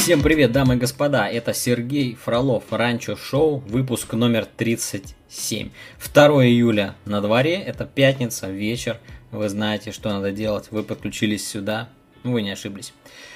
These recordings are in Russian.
Всем привет, дамы и господа, это Сергей Фролов, Ранчо Шоу, выпуск номер 37. 2 июля на дворе, это пятница, вечер, вы знаете, что надо делать, вы подключились сюда, вы не ошиблись.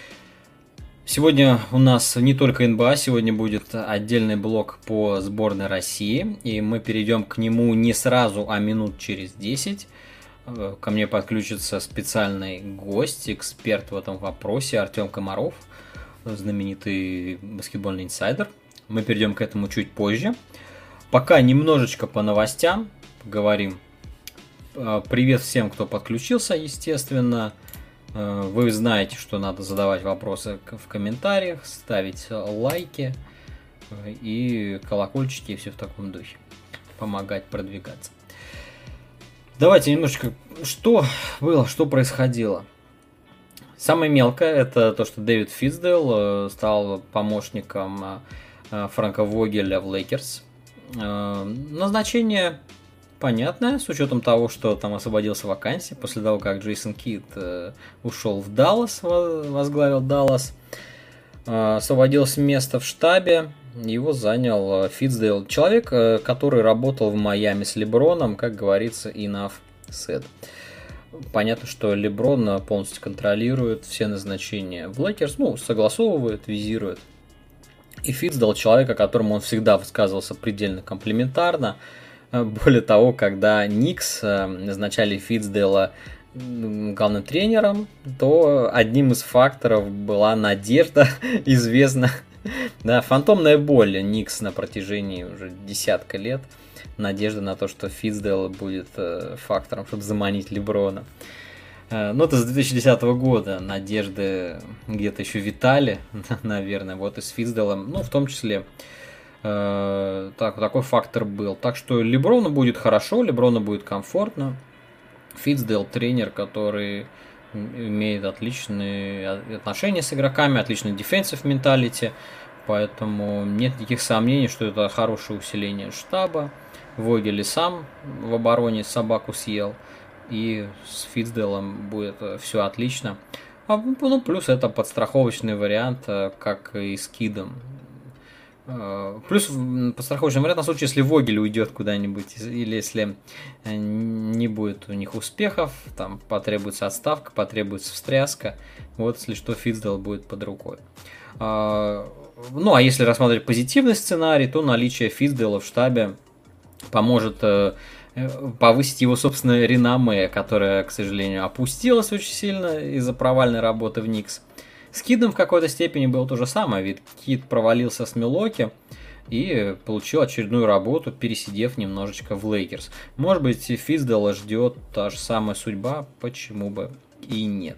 Сегодня у нас не только НБА, сегодня будет отдельный блок по сборной России, и мы перейдем к нему не сразу, а минут через 10. Ко мне подключится специальный гость, эксперт в этом вопросе, Артем Комаров, знаменитый баскетбольный инсайдер. Мы перейдем к этому чуть позже. Пока немножечко по новостям говорим. Привет всем, кто подключился, естественно. Вы знаете, что надо задавать вопросы в комментариях, ставить лайки и колокольчики, и все в таком духе. Помогать продвигаться. Давайте немножечко, что было, что происходило. Самое мелкое это то, что Дэвид Фитцдейл стал помощником Фрэнка Вогеля в Лейкерс. Назначение понятное, с учетом того, что там освободился вакансия после того, как Джейсон Кид ушел в Даллас, возглавил Даллас. Освободилось место в штабе, его занял Фитцдейл, человек, который работал в Майами с Леброном, как говорится, enough said. Понятно, что Леброн полностью контролирует все назначения в Лейкерс, согласовывает, визирует. И Фитцдейл человек, о котором он всегда высказывался предельно комплиментарно. Более того, когда Никс назначали Фитцдейла главным тренером, то одним из факторов была надежда, известна, фантомная боль Никс на протяжении уже десятка лет. Надежда на то, что Фитцдейл будет фактором, чтобы заманить Леброна. Это с 2010 года надежды где-то еще витали, наверное, вот и с Фитцдейлом, в том числе такой фактор был. Так что Леброну будет хорошо, Леброну будет комфортно. Фитцдейл тренер, который имеет отличные отношения с игроками, отличный defensive mentality, поэтому нет никаких сомнений, что это хорошее усиление штаба. Вогель и сам в обороне собаку съел, и с Фитцдейлом будет все отлично. Плюс это подстраховочный вариант, как и с Кидом. Плюс подстраховочный вариант на случай, если Вогель уйдет куда-нибудь, или если не будет у них успехов, там потребуется отставка, потребуется встряска, если что, Фитцдейл будет под рукой. А если рассматривать позитивный сценарий, то наличие Фитцдейла в штабе поможет повысить его собственное реноме, которое, к сожалению, опустилось очень сильно из-за провальной работы в Никс. С Кидом в какой-то степени было то же самое, ведь Кид провалился с Милуоки и получил очередную работу, пересидев немножечко в Лейкерс. Может быть, Фитцдейла ждет та же самая судьба, почему бы и нет.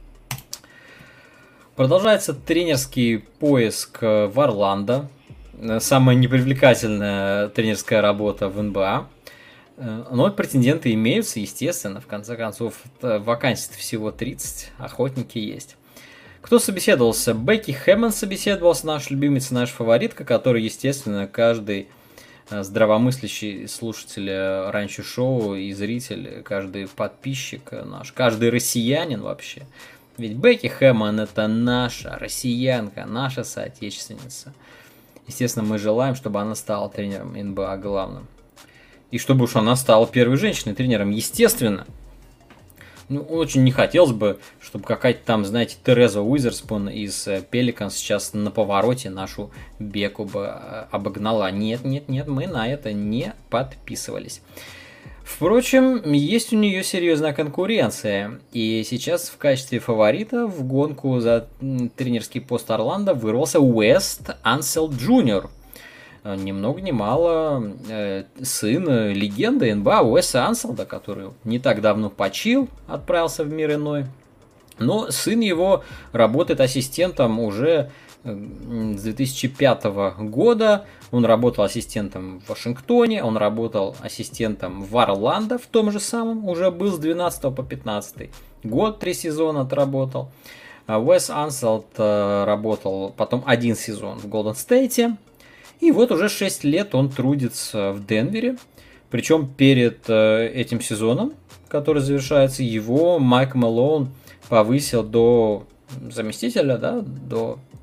Продолжается тренерский поиск в Орландо. Самая непривлекательная тренерская работа в НБА. Но претенденты имеются, естественно. В конце концов, вакансий всего 30, охотники есть. Кто собеседовался? Бекки Хэммонд собеседовался, наша любимица, наша фаворитка, который, естественно, каждый здравомыслящий слушатель Ранчо Шоу и зритель, каждый подписчик наш, каждый россиянин вообще. Ведь Бекки Хэммонд это наша россиянка, наша соотечественница. Естественно, мы желаем, чтобы она стала тренером НБА главным. И чтобы уж она стала первой женщиной-тренером, естественно. Очень не хотелось бы, чтобы какая-то там, знаете, Тереза Уизерспун из Пеликанс сейчас на повороте нашу Беку бы обогнала. Нет, мы на это не подписывались. Впрочем, есть у нее серьезная конкуренция, и сейчас в качестве фаворита в гонку за тренерский пост Орландо вырвался Уэст Ансел Джуниор. Ни много ни мало сын легенды НБА Уэса Анселда, который не так давно почил, отправился в мир иной. Но сын его работает ассистентом уже с 2005 года. Он работал ассистентом в Вашингтоне, он работал ассистентом в Орландо в том же самом, уже был с 12 по 15 год, 3 сезона отработал. Уэс Анселд работал потом 1 сезон в Голден Стейте. И вот уже 6 лет он трудится в Денвере. Причем перед этим сезоном, который завершается, его Майк Мэлоун повысил до заместителя, до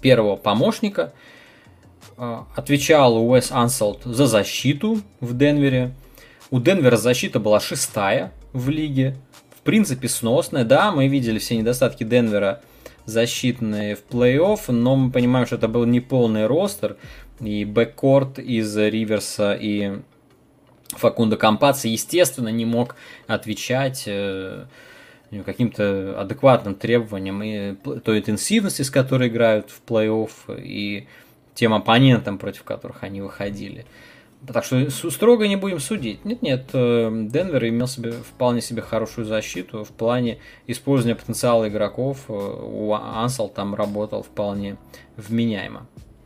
первого помощника. Отвечал Уэс Ансалт за защиту в Денвере. У Денвера защита была 6-я в лиге. В принципе, сносная. Да, мы видели все недостатки Денвера защитные в плей-офф, но мы понимаем, что это был не полный ростер. И бэккорт из Риверса и Факундо Кампаццо, естественно, не мог отвечать каким-то адекватным требованиям и той интенсивности, с которой играют в плей-офф, и тем оппонентам, против которых они выходили. Так что строго не будем судить. Нет, Денвер имел вполне себе хорошую защиту в плане использования потенциала игроков. У Ансал там работал вполне вменяемо.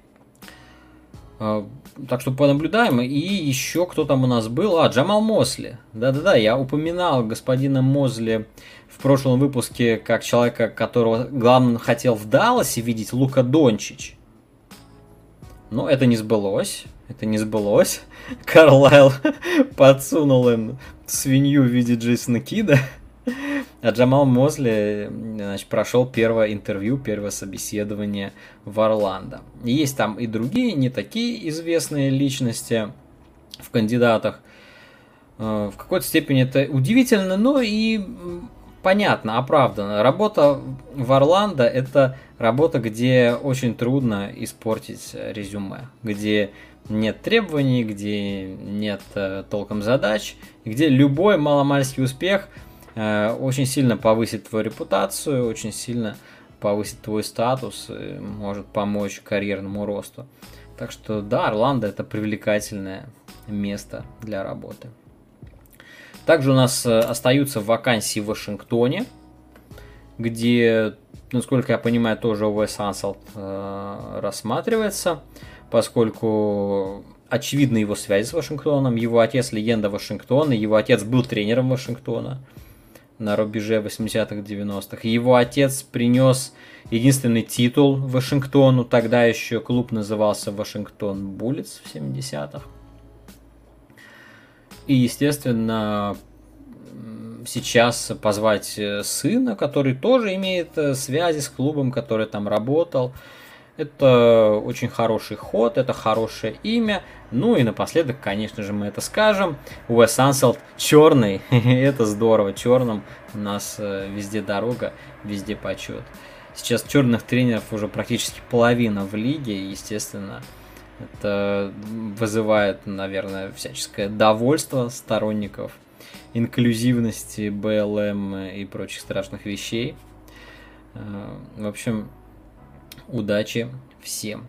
Так что понаблюдаем. И еще кто там у нас был? Джамал Мосли. Да-да-да, я упоминал господина Мозли в прошлом выпуске как человека, которого главное хотел в Далласе видеть, Лука Дончич. Но это не сбылось. Карлайл подсунул им свинью в виде Джейсона Кида. А Джамал Мозли, значит, прошел первое интервью, первое собеседование в Орландо. Есть там и другие, не такие известные личности в кандидатах. В какой-то степени это удивительно, но и понятно, оправданно. Работа в Орландо – это работа, где очень трудно испортить резюме, где нет требований, где нет толком задач, где любой маломальский успех очень сильно повысит твою репутацию, очень сильно повысит твой статус, может помочь карьерному росту. Так что да, Орландо – это привлекательное место для работы. Также у нас остаются вакансии в Вашингтоне, где, насколько я понимаю, тоже Уэс Ансалт рассматривается, поскольку очевидны его связи с Вашингтоном. Его отец – легенда Вашингтона, его отец был тренером Вашингтона на рубеже 80-х, 90-х. Его отец принес единственный титул Вашингтону, тогда еще клуб назывался Вашингтон Буллетс в 70-х. И, естественно, сейчас позвать сына, который тоже имеет связи с клубом, который там работал, это очень хороший ход, это хорошее имя. Ну и напоследок, конечно же, мы это скажем. Уэс Ансалт черный, это здорово, черным у нас везде дорога, везде почет. Сейчас черных тренеров уже практически половина в лиге, естественно, это вызывает, наверное, всяческое довольство сторонников инклюзивности, БЛМ и прочих страшных вещей. В общем, удачи всем.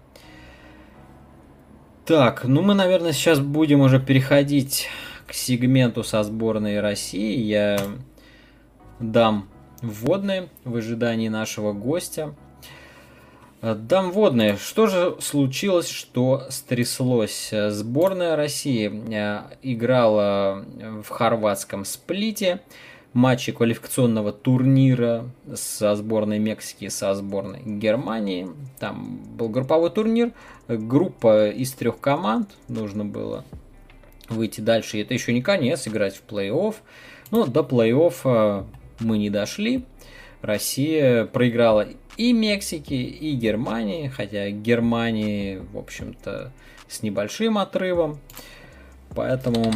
Так, ну мы, наверное, сейчас будем уже переходить к сегменту со сборной России. Я дам вводные в ожидании нашего гостя. Дам вводные. Что же случилось, что стряслось? Сборная России играла в хорватском Сплите матче квалификационного турнира со сборной Мексики, со сборной Германии. Там был групповой турнир, группа из 3 команд, нужно было выйти дальше. И это еще не конец, играть в плей-офф. Но до плей-оффа мы не дошли. Россия проиграла и Мексике, и Германии, хотя Германии, в общем-то, с небольшим отрывом. Поэтому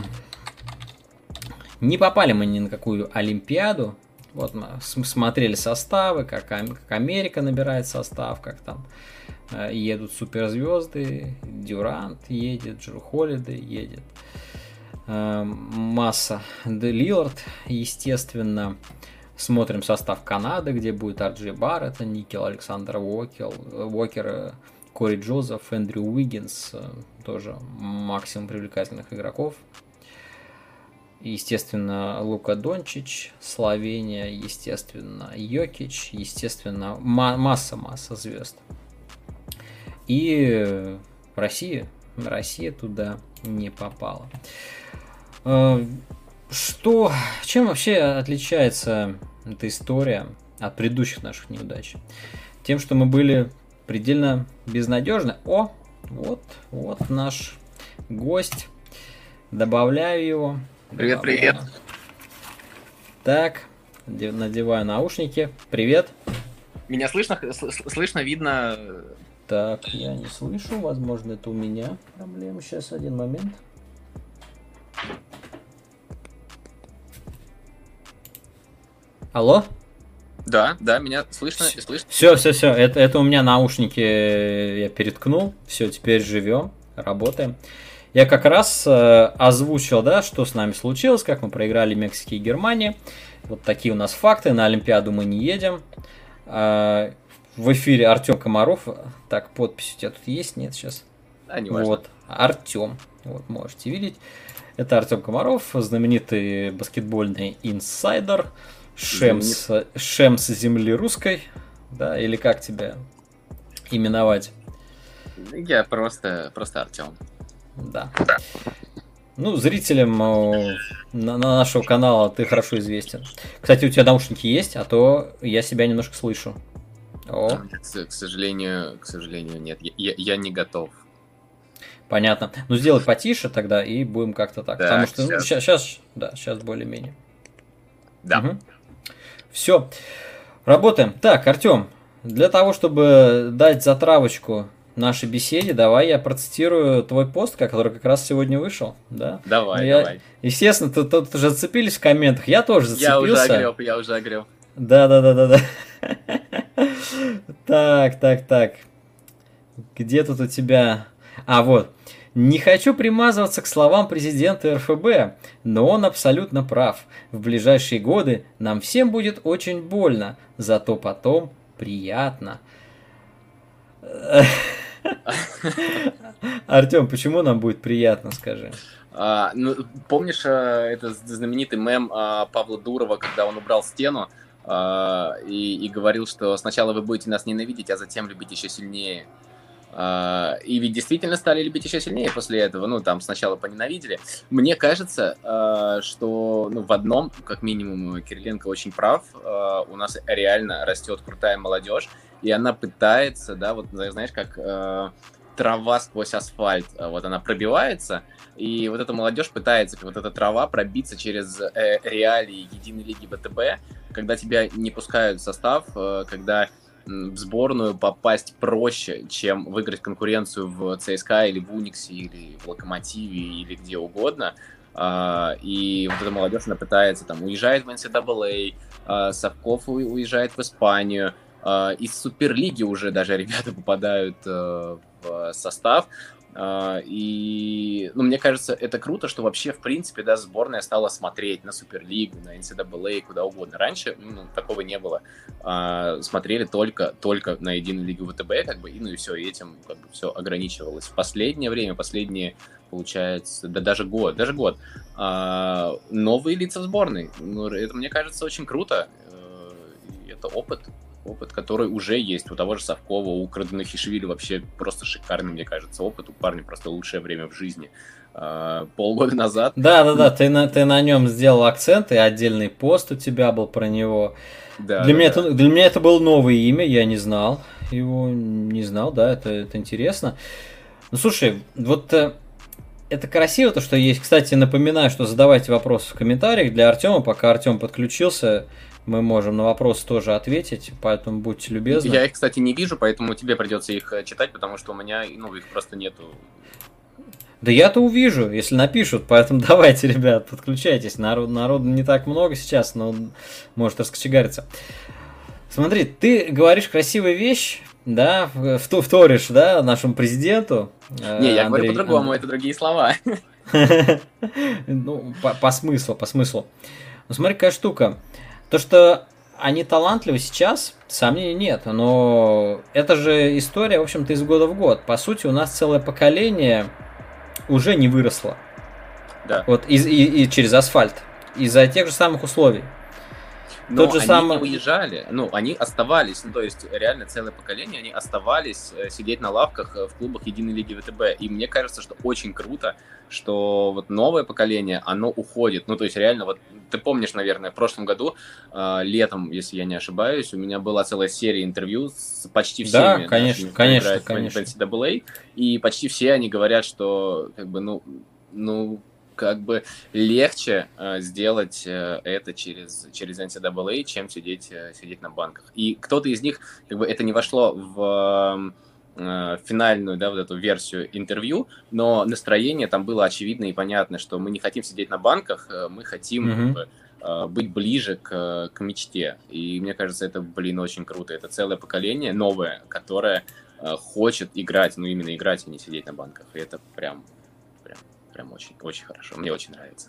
не попали мы ни на какую Олимпиаду. Вот мы смотрели составы, как Америка набирает состав, как там едут суперзвезды, Дюрант едет, Джру Холидей едет, Масса де Лилард, естественно. Смотрим состав Канады, где будет Арджи Барретт, Никел Александр Уокер, Кори Джозеф, Эндрю Уиггинс, тоже максимум привлекательных игроков. Естественно, Лука Дончич, Словения, естественно, Йокич, естественно, масса звезд. И Россия туда не попала. Чем вообще отличается эта история от предыдущих наших неудач? Тем, что мы были предельно безнадежны. Вот наш гость. Добавляю его. Привет. Так, надеваю наушники. Привет. Меня слышно, видно? Так, я не слышу, возможно, это у меня проблема. Сейчас, один момент. Алло? Да, меня слышно и слышно. Все. Это у меня наушники я переткнул. Все, теперь живем, работаем. Я как раз озвучил, да, что с нами случилось, как мы проиграли Мексике и Германии. Вот такие у нас факты. На Олимпиаду мы не едем. В эфире Артем Комаров. Так, подпись у тебя тут есть? Нет, сейчас. Не важно. Вот, Артем. Вот, можете видеть. Это Артем Комаров, знаменитый баскетбольный инсайдер. Шемс земли русской. Да, или как тебя именовать? Я просто Артем. Да. Ну, зрителям на нашего канала ты хорошо известен. Кстати, у тебя наушники есть, а то я себя немножко слышу. К сожалению, нет. Я не готов. Понятно. Ну, сделай потише тогда, и будем как-то так. Потому что сейчас более-менее. Да. Угу. Все. Работаем. Так, Артем, для того, чтобы дать затравочку нашей беседе, давай я процитирую твой пост, который как раз сегодня вышел. Да? Давай. Естественно, тут уже зацепились в комментах. Я тоже зацепился. Я уже огреб. Да. Так. Где тут у тебя... Вот. Не хочу примазываться к словам президента РФБ, но он абсолютно прав. В ближайшие годы нам всем будет очень больно, зато потом приятно. Артем, почему нам будет приятно, скажи? Помнишь этот знаменитый мем Павла Дурова, когда он убрал стену и говорил, что сначала вы будете нас ненавидеть, а затем любить еще сильнее? И ведь действительно стали любить еще сильнее после этого. Там сначала поненавидели. Мне кажется, что в одном, как минимум, Кириленко очень прав. У нас реально растет крутая молодежь, и она пытается, да, вот знаешь, как трава сквозь асфальт, вот она пробивается, и вот эта молодежь пытается, как вот эта трава, пробиться через реалии единой лиги ВТБ, когда тебя не пускают в состав, когда в сборную попасть проще, чем выиграть конкуренцию в ЦСКА или в Униксе, или в Локомотиве, или где угодно. И вот эта молодежь, она пытается, уезжает в НЦАА, Совков уезжает в Испанию, из Суперлиги уже даже ребята попадают в состав. И, мне кажется, это круто, что вообще, в принципе, да, сборная стала смотреть на Суперлигу, на НЦАА, куда угодно. Раньше такого не было. Смотрели только на единую лигу ВТБ, и все, и этим все ограничивалось. В последнее время, получается, даже год, новые лица в сборной. Это, мне кажется, очень круто. Это опыт, который уже есть у того же Совкова, у Краденахишвили вообще просто шикарный, мне кажется, опыт. У парня просто лучшее время в жизни. Полгода назад. Да, ты на нем сделал акцент, и отдельный пост у тебя был про него. Для меня это было новое имя, я не знал его, да, это интересно. Ну, слушай, вот это красиво, то, что есть. Кстати, напоминаю, что задавайте вопросы в комментариях для Артема, пока Артем подключился. Мы можем на вопросы тоже ответить, поэтому будьте любезны. Я их, кстати, не вижу, поэтому тебе придется их читать, потому что у меня, их просто нету. Да я-то увижу, если напишут, поэтому давайте, ребят, подключайтесь. Народу не так много сейчас, но может раскочегариться. Смотри, ты говоришь красивую вещь, да, вторишь, да, нашему президенту. Не, я говорю по-другому, это другие слова. Ну, по смыслу. Ну, смотри, какая штука. То, что они талантливы сейчас, сомнений нет, но это же история, в общем-то, из года в год. По сути, у нас целое поколение уже не выросло. Да. Вот и через асфальт. Из-за тех же самых условий. Но они не уезжали, они оставались, то есть реально целое поколение, они оставались сидеть на лавках в клубах единой лиги ВТБ. И мне кажется, что очень круто, что вот новое поколение, оно уходит. То есть реально, вот ты помнишь, наверное, в прошлом году, летом, если я не ошибаюсь, у меня была целая серия интервью с почти всеми, да, конечно. в NCAA, и почти все они говорят, что легче сделать это через NCAA, чем сидеть на банках. И кто-то из них, это не вошло в финальную, да, вот эту версию интервью, но настроение там было очевидно и понятно, что мы не хотим сидеть на банках, мы хотим как бы, быть ближе к мечте. И мне кажется, это, очень круто. Это целое поколение новое, которое хочет играть, ну именно играть, а не сидеть на банках. И это прям очень, очень хорошо. Мне очень нравится.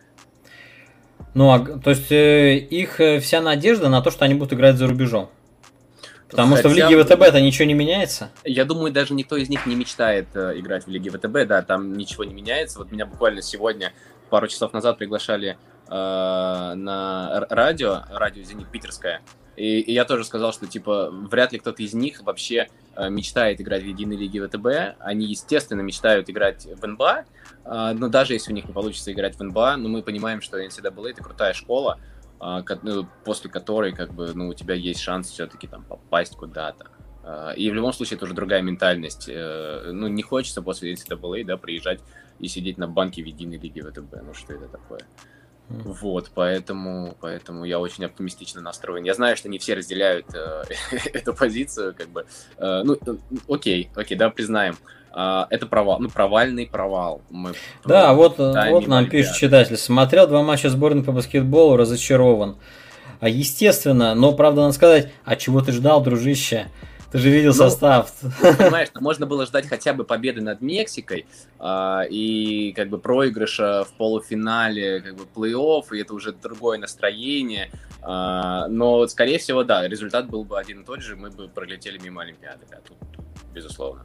Ну, то есть их вся надежда на то, что они будут играть за рубежом. Потому что в Лиге ВТБ-то ничего не меняется. Я думаю, даже никто из них не мечтает играть в Лиге ВТБ, да, там ничего не меняется. Вот меня буквально сегодня, пару часов назад приглашали на радио «Зенит» питерское, и я тоже сказал, что, типа, вряд ли кто-то из них вообще мечтает играть в единой Лиге ВТБ. Они, естественно, мечтают играть в НБА, но даже если у них не получится играть в НБА, ну, мы понимаем, что NCAA — это крутая школа, после которой, как бы, ну, у тебя есть шанс все-таки там попасть куда-то. И в любом случае это уже другая ментальность. Ну, не хочется после NCAA, да, приезжать и сидеть на банке в единой Лиге ВТБ. Ну, что это такое? Вот, поэтому я очень оптимистично настроен. Я знаю, что не все разделяют эту позицию, как бы. Ну, окей, да, признаем. Это провал, провальный провал. Да, вот нам пишет читатель. Смотрел 2 матча сборной по баскетболу, разочарован. Естественно, но правда надо сказать, а чего ты ждал, дружище? Ты же видел состав. Понимаешь, можно было ждать хотя бы победы над Мексикой и как бы проигрыша в полуфинале, как бы плей-офф, и это уже другое настроение. Но, скорее всего, да, результат был бы один и тот же, мы бы пролетели мимо Олимпиады, да, тут безусловно.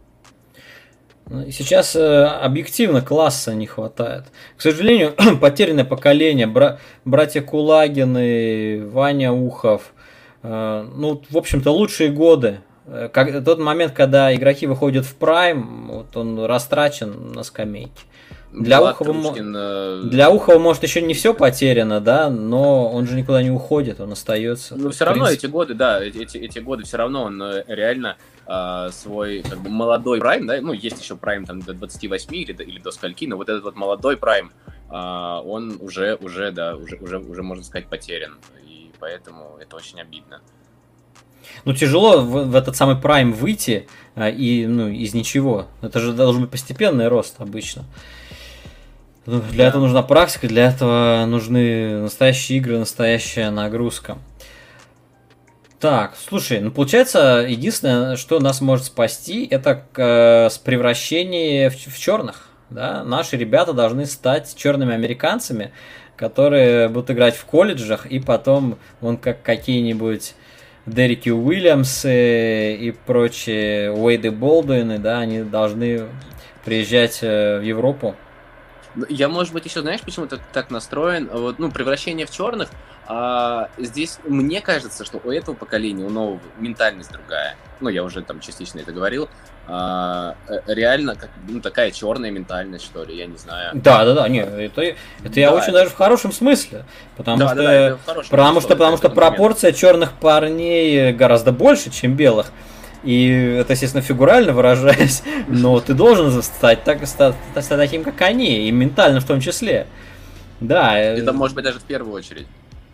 Сейчас объективно класса не хватает. К сожалению, потерянное поколение, братья Кулагины, Ваня Ухов, ну, в общем-то, лучшие годы. Тот момент, когда игроки выходят в прайм, вот он растрачен на скамейке. Для Ухова, может, еще не все потеряно, да, но он же никуда не уходит, он остается. Но все равно эти годы, да, эти годы все равно он реально свой как бы молодой прайм, да, ну, есть еще прайм там до 28 или до скольки, но вот этот вот молодой прайм, он уже, можно сказать, потерян, и поэтому это очень обидно. Ну, тяжело в этот самый прайм выйти из ничего. Это же должен быть постепенный рост обычно. Для этого нужна практика, для этого нужны настоящие игры, настоящая нагрузка. Так, слушай, получается, единственное, что нас может спасти, это превращение в черных. Да? Наши ребята должны стать черными американцами, которые будут играть в колледжах, и потом, как какие-нибудь Деррики Уильямсы и прочие Уэйды Болдуины, да, они должны приезжать в Европу. Я, может быть, еще, знаешь, почему так настроен? Вот, превращение в черных. Здесь мне кажется, что у этого поколения, у нового, ментальность другая. Я уже там частично это говорил. Реально, такая черная ментальность, что ли, я не знаю. Да, нет, это я очень даже в хорошем смысле. Потому что пропорция черных парней гораздо больше, чем белых. И это, естественно, фигурально выражаясь, но ты должен стать таким, как они, и ментально в том числе. Да. Это может быть даже в первую очередь.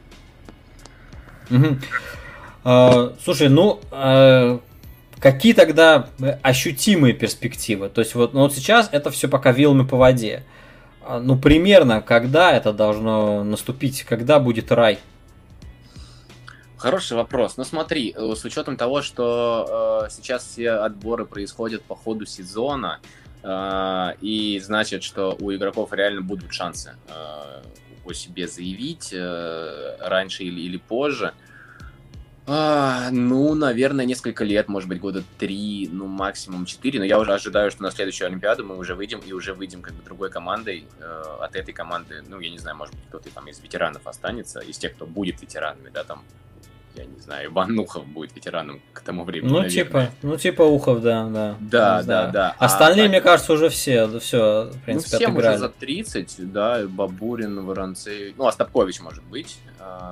Угу. Слушай, какие тогда ощутимые перспективы? То есть вот сейчас это все пока вилами по воде. Примерно когда это должно наступить? Когда будет рай? Хороший вопрос. Смотри, с учетом того, что сейчас все отборы происходят по ходу сезона, и значит, что у игроков реально будут шансы о себе заявить раньше или позже. Наверное, несколько лет, может быть, года 3, максимум 4. Но я уже ожидаю, что на следующую Олимпиаду мы уже выйдем как бы другой командой. От этой команды, я не знаю, может быть, кто-то там из ветеранов останется, из тех, кто будет ветеранами, да, там, я не знаю, Иван Ухов будет ветераном к тому времени, наверное. Типа Ухов, да. Да. Остальные, мне кажется, уже все, в принципе, всем отыграли. уже за 30, да, Бабурин, Воронцев, Остапкович, может быть.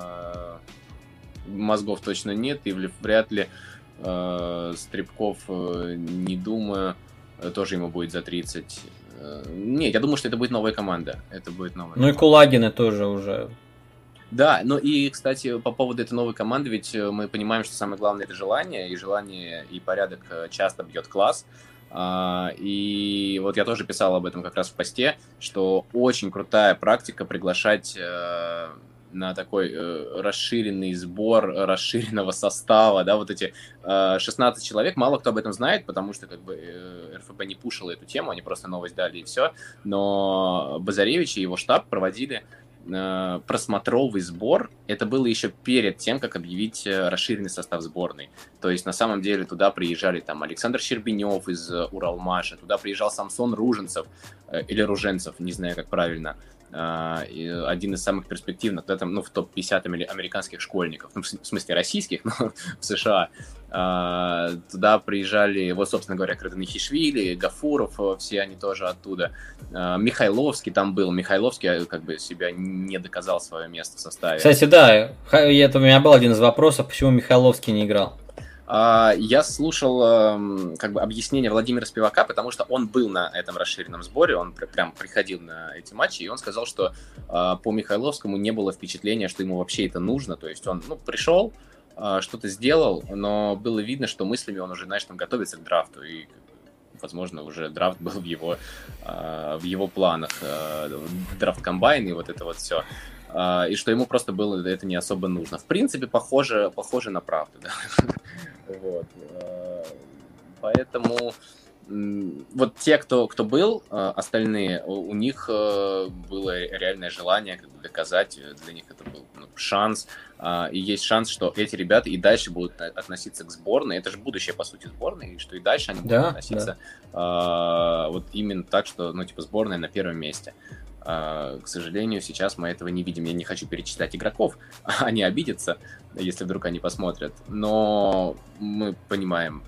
Мозгов точно нет, и вряд ли Стрибков, не думаю, тоже ему будет за 30. Нет, я думаю, что это будет новая команда. И Кулагины тоже уже. Да, ну и, кстати, по поводу этой новой команды, ведь мы понимаем, что самое главное это желание и порядок часто бьет класс. И вот я тоже писал об этом как раз в посте, что очень крутая практика приглашать на такой расширенный сбор расширенного состава, да, вот эти 16 человек, мало кто об этом знает, потому что как бы РФБ не пушила эту тему, они просто новость дали и все, но Базаревич и его штаб проводили просмотровый сбор. Это было еще перед тем, как объявить расширенный состав сборной. То есть, на самом деле, туда приезжали там Александр Щербинев из Уралмаша, туда приезжал Самсон Руженцев, или Руженцев, не знаю, как правильно, один из самых перспективных, да, там, ну, в топ-50 американских школьников, ну, в смысле российских, но в США. Туда приезжали, вот, собственно говоря, Краденахишвили, Гафуров, все они тоже оттуда. Михайловский там был. Михайловский как бы себя не доказал свое место в составе. Кстати, да, это у меня был один из вопросов, почему Михайловский не играл. Я слушал как бы объяснение Владимира Спивака, потому что он был на этом расширенном сборе, он прям приходил на эти матчи, и он сказал, что по Михайловскому не было впечатления, что ему вообще это нужно, то есть он пришел, что-то сделал, но было видно, что мыслями он уже, знаешь, там готовится к драфту, и, возможно, уже драфт был в его планах, драфт-комбайн и вот это вот все. И что ему просто было это не особо нужно. В принципе, похоже на правду. Да? Вот. Поэтому вот те, кто был, остальные, у них было реальное желание как бы доказать, для них это был шанс, и есть шанс, что эти ребята и дальше будут относиться к сборной, это же будущее, по сути, сборной, и что и дальше они будут относиться вот именно так, что, сборная на первом месте. К сожалению, сейчас мы этого не видим. Я не хочу перечислять игроков, они обидятся, если вдруг они посмотрят. Но мы понимаем.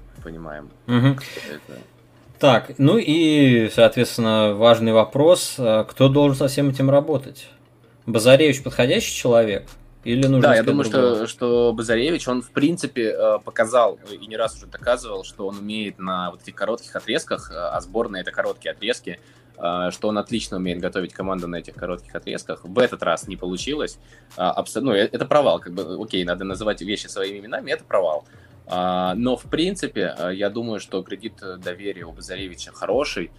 Это... Так, ну и, соответственно, важный вопрос. Кто должен со всем этим работать? Базаревич подходящий человек? Или нужно да, я думаю, что Базаревич, он, в принципе, показал и не раз уже доказывал, что он умеет на вот этих коротких отрезках, а сборная — это короткие отрезки, что он отлично умеет готовить команду на этих коротких отрезках. В этот раз не получилось. Это провал. Как бы, окей, надо называть вещи своими именами, это провал. Но, в принципе, я думаю, что кредит доверия у Базаревича хороший.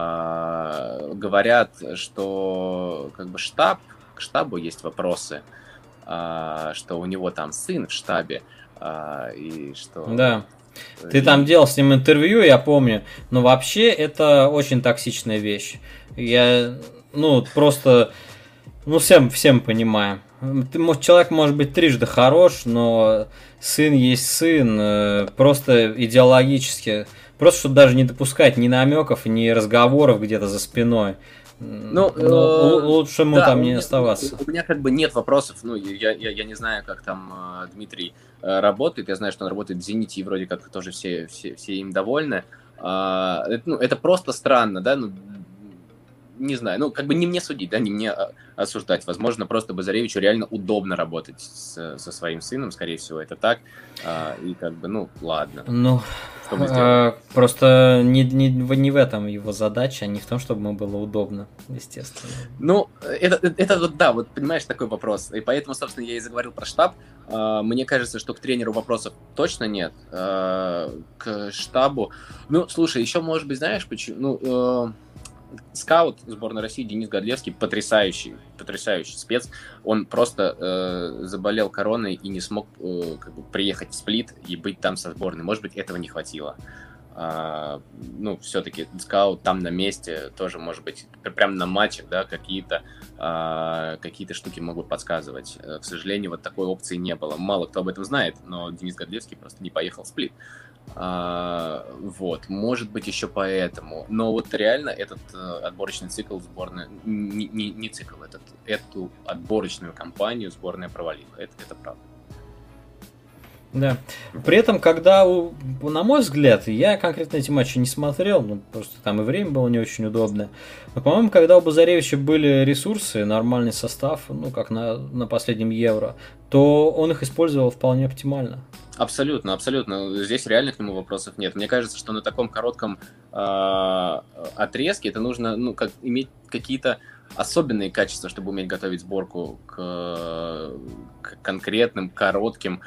Говорят, что как бы к штабу есть вопросы, что у него там сын в штабе, и что... Да. Ты там делал с ним интервью, я помню, но вообще это очень токсичная вещь. Я, просто, всем понимаем. Человек может быть трижды хорош, но сын есть сын, просто идеологически, просто чтобы даже не допускать ни намеков, ни разговоров где-то за спиной. Лучше ему там не оставаться. У меня как бы нет вопросов. Я не знаю, как там Дмитрий работает. Я знаю, что он работает в «Зените», и вроде как тоже все им довольны. Это просто странно, да? Не знаю, как бы не мне судить, да, не мне осуждать. Возможно, просто Базаревичу реально удобно работать со своим сыном, скорее всего, это так. И как бы, ладно. Просто не в этом его задача, а не в том, чтобы ему было удобно, естественно. Это вот, да, вот понимаешь, такой вопрос. И поэтому, собственно, я и заговорил про штаб. Мне кажется, что к тренеру вопросов точно нет. К штабу... слушай, еще, может быть, знаешь, почему... Скаут сборной России Денис Годлевский потрясающий спец. Он просто заболел короной и не смог приехать в Сплит и быть там со сборной. Может быть, этого не хватило. Все-таки скаут там на месте тоже, может быть, прямо на матчах, да, какие-то штуки могут подсказывать. К сожалению, вот такой опции не было. Мало кто об этом знает, но Денис Годлевский просто не поехал в Сплит. Может быть, еще поэтому. Но вот реально этот отборочный цикл сборной, не цикл, эту отборочную кампанию сборная провалила. Это правда. Да. При этом, когда, на мой взгляд, я конкретно эти матчи не смотрел, просто там и время было не очень удобное. Но, по-моему, когда у Базаревича были ресурсы, нормальный состав, как на последнем Евро, то он их использовал вполне оптимально. Абсолютно. Здесь реально к нему вопросов нет. Мне кажется, что на таком коротком отрезке это нужно иметь какие-то особенные качества, чтобы уметь готовить сборку к конкретным, коротким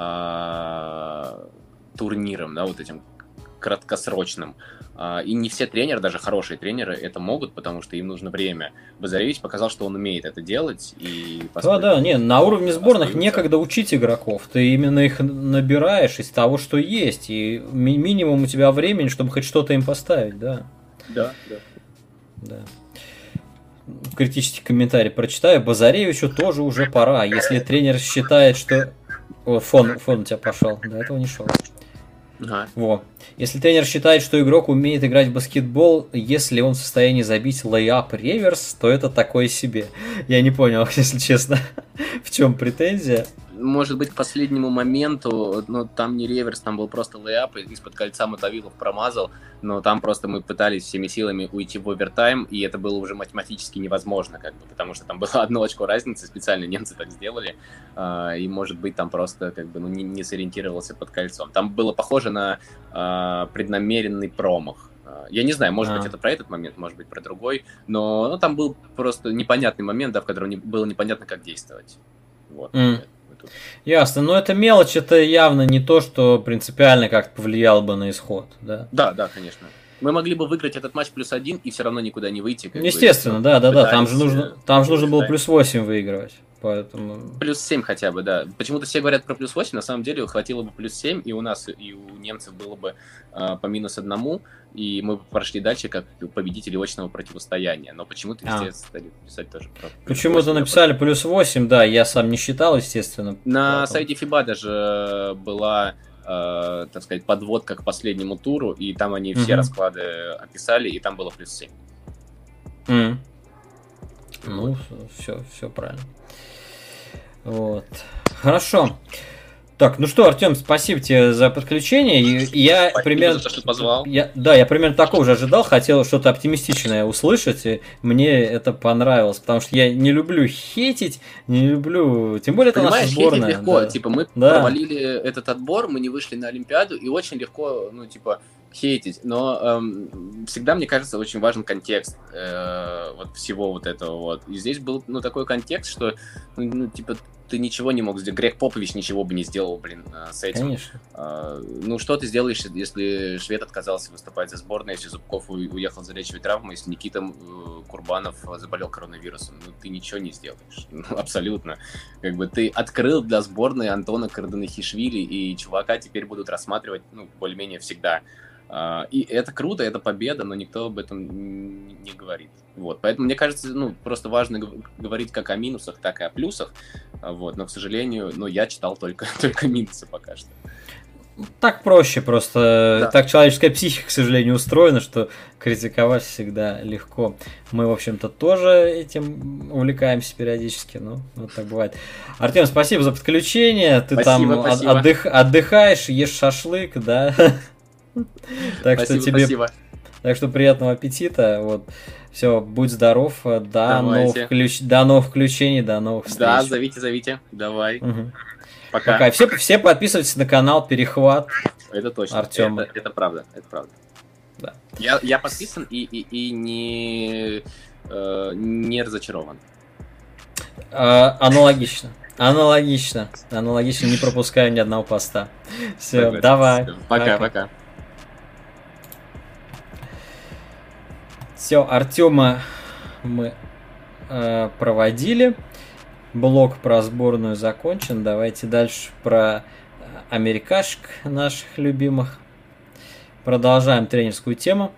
турнирам, да, вот этим краткосрочным. И не все тренеры, даже хорошие тренеры, это могут, потому что им нужно время. Базаревич показал, что он умеет это делать. И да, не, на уровне сборных некогда учить игроков. Ты именно их набираешь из того, что есть. И минимум у тебя времени, чтобы хоть что-то им поставить, да. Да. Критический комментарий прочитаю. Базаревичу тоже уже пора. Если тренер считает, что... О, фон у тебя пошел. До этого не шел. Ага. Во. Если тренер считает, что игрок умеет играть в баскетбол, если он в состоянии забить лейап реверс, то это такое себе. Я не понял, если честно, в чем претензия. Может быть, к последнему моменту, но там не реверс, там был просто лейап, из-под кольца Мотовилов промазал, но там просто мы пытались всеми силами уйти в овертайм, и это было уже математически невозможно, как бы, потому что там было 1 очко разницы, специально немцы так сделали, и, может быть, там просто как бы не сориентировался под кольцом. Там было похоже на преднамеренный промах. Я не знаю, может быть, это про этот момент, может быть, про другой, но там был просто непонятный момент, да, в котором было непонятно, как действовать. Вот. Ясно, но это мелочь, это явно не то, что принципиально как-то повлияло бы на исход, да? Да, конечно. Мы могли бы выиграть этот матч +1 и все равно никуда не выйти. Естественно, да, там же нужно было +8 выигрывать. Поэтому... +7 хотя бы, да. Почему-то все говорят про +8, на самом деле хватило бы +7, и у нас, и у немцев было бы по -1, и мы прошли дальше как победители очного противостояния. Но почему-то везде стали писать тоже про Почему-то написали +8, да, я сам не считал, естественно. На сайте FIBA даже была, так сказать, подводка к последнему туру, и там они все расклады описали, и там было +7. Ну, все правильно. Вот. Хорошо. Так, ну что, Артем, спасибо тебе за подключение. Я примерно... за то, что позвал. Я примерно такого же ожидал, хотел что-то оптимистичное услышать, и мне это понравилось, потому что я не люблю хейтить, не люблю... Тем более это наша сборная. Хейтить легко, типа мы провалили этот отбор, мы не вышли на Олимпиаду, и очень легко, хейтить, но всегда, мне кажется, очень важен контекст вот всего вот этого вот. И здесь был, такой контекст, что, ты ничего не мог сделать. Грег Попович ничего бы не сделал, с этим. Конечно. Что ты сделаешь, если швед отказался выступать за сборную, если Зубков уехал залечивать травму, если Никита Курбанов заболел коронавирусом? Ты ничего не сделаешь. Абсолютно. Как бы ты открыл для сборной Антона Карданахишвили, и чувака теперь будут рассматривать, более-менее всегда. И это круто, это победа, но никто об этом не говорит. Вот. Поэтому, мне кажется, просто важно говорить как о минусах, так и о плюсах. Вот. Но, к сожалению, я читал только минусы пока что. Так проще просто. Да. Так человеческая психика, к сожалению, устроена, что критиковать всегда легко. Мы, в общем-то, тоже этим увлекаемся периодически, но вот так бывает. Артем, спасибо за подключение. Ты спасибо. Отдыхаешь, ешь шашлык, да? Так что тебе... Спасибо. Так что приятного аппетита. Вот. Все, будь здоров. До новых включений, до новых встреч. Да, зовите. Давай. Угу. Пока. Все подписывайтесь на канал Перехват. Это точно. Артема. Это правда. Да. Я подписан и не разочарован. Аналогично. Не пропускаю ни одного поста. Все, давай. Пока. Все, Артема мы проводили. Блок про сборную закончен. Давайте дальше про америкашек наших любимых. Продолжаем тренерскую тему.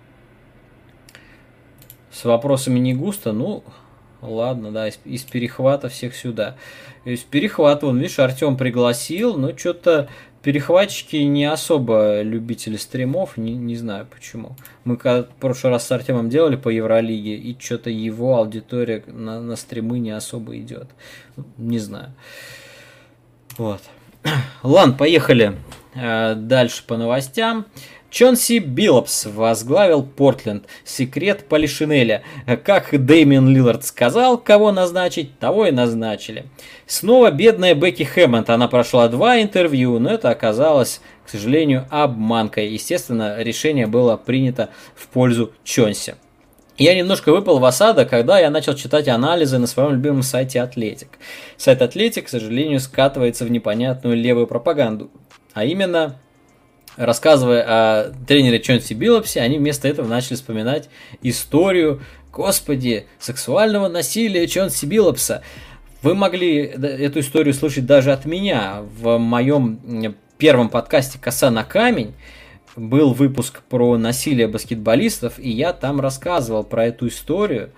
С вопросами не густо, ладно, да, из перехвата всех сюда. Из перехвата, видишь, Артем пригласил, но что-то перехватчики не особо любители стримов, не знаю почему. Мы в прошлый раз с Артемом делали по Евролиге, и что-то его аудитория на стримы не особо идет. Не знаю. Вот. Ладно, поехали дальше по новостям. Чонси Биллопс возглавил Портленд. Секрет Полишинеля. Как Дэмиан Лиллард сказал, кого назначить, того и назначили. Снова бедная Бекки Хэммонд. Она прошла 2 интервью, но это оказалось, к сожалению, обманкой. Естественно, решение было принято в пользу Чонси. Я немножко выпал в осадок, когда я начал читать анализы на своем любимом сайте Атлетик. Сайт Атлетик, к сожалению, скатывается в непонятную левую пропаганду. А именно, рассказывая о тренере Чонси Биллопсе, они вместо этого начали вспоминать историю, господи, сексуального насилия Чонси Биллопса. Вы могли эту историю слышать даже от меня. В моем первом подкасте «Коса на камень» был выпуск про насилие баскетболистов, и я там рассказывал про эту историю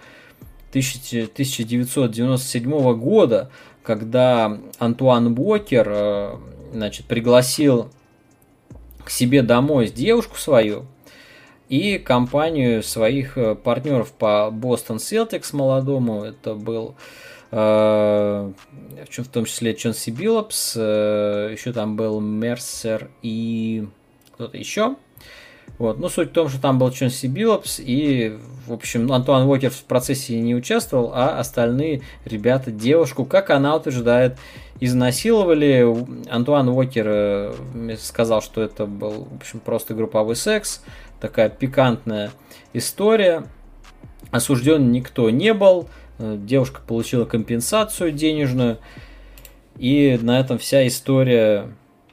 1997 года, когда Антуан Уокер, пригласил к себе домой девушку свою и компанию своих партнеров по Бостон Селтикс молодому. Это был в том числе Чонси Биллопс, еще там был Мерсер и кто-то еще. Вот. Ну, суть в том, что там был Чонси Биллопс, и, в общем, Антуан Уокер в процессе не участвовал, а остальные ребята девушку, как она утверждает, изнасиловали. Антуан Уокер сказал, что это был, в общем, просто групповой секс, такая пикантная история. Осужден никто не был, девушка получила компенсацию денежную, и на этом вся история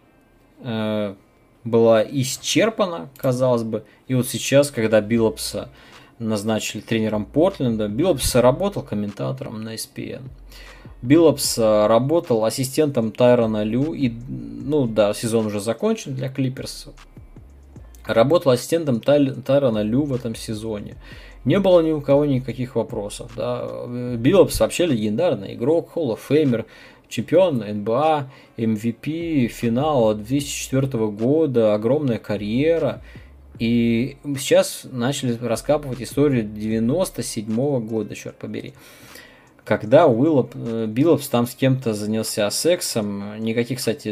была исчерпана, казалось бы. И вот сейчас, когда Биллопса назначили тренером Портленда, Биллопс работал комментатором на ESPN. Биллопс работал ассистентом Тайрона Лю, и, сезон уже закончен для Клиперс. Работал ассистентом Тайрона Лю в этом сезоне. Не было ни у кого никаких вопросов. Да. Биллопс вообще легендарный игрок, Hall of Famer, чемпион НБА, MVP, финал 2004 года, огромная карьера. И сейчас начали раскапывать историю 97 года, черт побери. Когда Биллопс там с кем-то занялся сексом, никаких, кстати,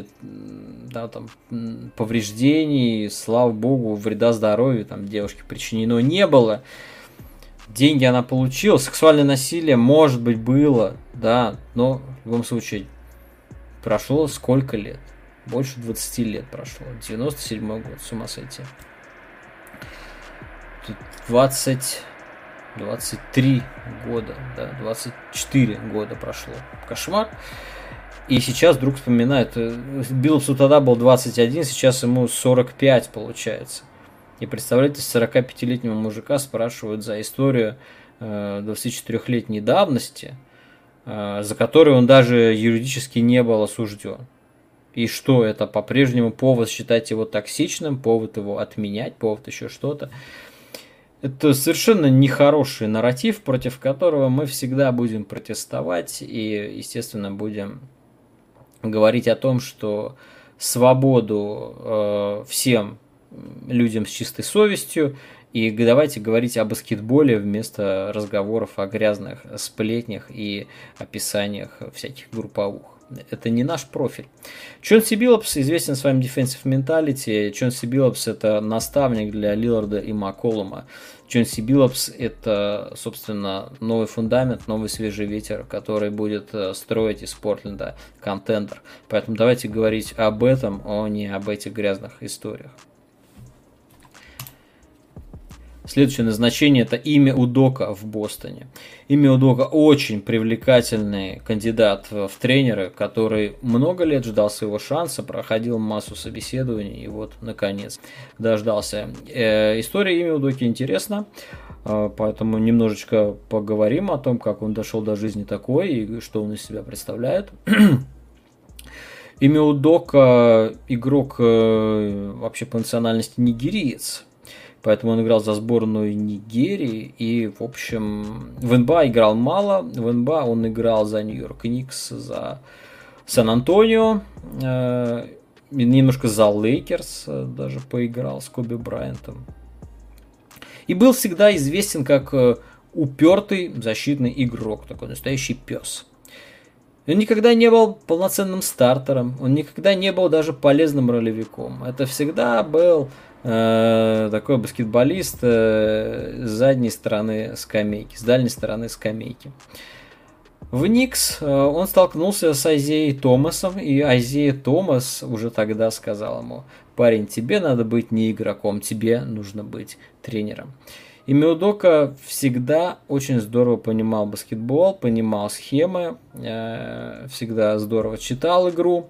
повреждений, слава богу, вреда здоровью там девушке причинено не было. Деньги она получила, сексуальное насилие, может быть, было, да, но в любом случае прошло сколько лет? Больше 20 лет прошло. 97-й год, с ума сойти. Тут 23 года, да, 24 года прошло. Кошмар. И сейчас вдруг вспоминает, Биллопсу тогда был 21, сейчас ему 45 получается. И представляете, 45-летнего мужика спрашивают за историю 24-летней давности, за которую он даже юридически не был осужден. И что, это по-прежнему повод считать его токсичным, повод его отменять, повод еще что-то. Это совершенно нехороший нарратив, против которого мы всегда будем протестовать и, естественно, будем говорить о том, что свободу всем людям с чистой совестью, и давайте говорить о баскетболе вместо разговоров о грязных сплетнях и описаниях всяких групповух. Это не наш профиль. Чонси Биллопс известен своим defensive mentality. Чонси Биллопс — это наставник для Лилларда и Макколума. Чонси Биллопс — это, собственно, новый фундамент, новый свежий ветер, который будет строить из Портленда контендер. Поэтому давайте говорить об этом, а не об этих грязных историях. Следующее назначение — это Име Удока в Бостоне. Име Удока очень привлекательный кандидат в тренеры, который много лет ждал своего шанса, проходил массу собеседований и вот, наконец, дождался. История Име Удоки интересна, поэтому немножечко поговорим о том, как он дошел до жизни такой и что он из себя представляет. Име Удока игрок вообще по национальности нигериец. Поэтому он играл за сборную Нигерии. И, в общем, в НБА играл мало. В НБА он играл за Нью-Йорк Никс, за Сан-Антонио. Немножко за Лейкерс даже поиграл с Коби Брайантом. И был всегда известен как упертый защитный игрок. Такой настоящий пес. Он никогда не был полноценным стартером. Он никогда не был даже полезным ролевиком. Это всегда был такой баскетболист с задней стороны скамейки, с дальней стороны скамейки. В Никс он столкнулся с Айзеей Томасом, и Айзея Томас уже тогда сказал ему: парень, тебе надо быть не игроком, тебе нужно быть тренером. Ими Удока всегда очень здорово понимал баскетбол, понимал схемы, всегда здорово читал игру,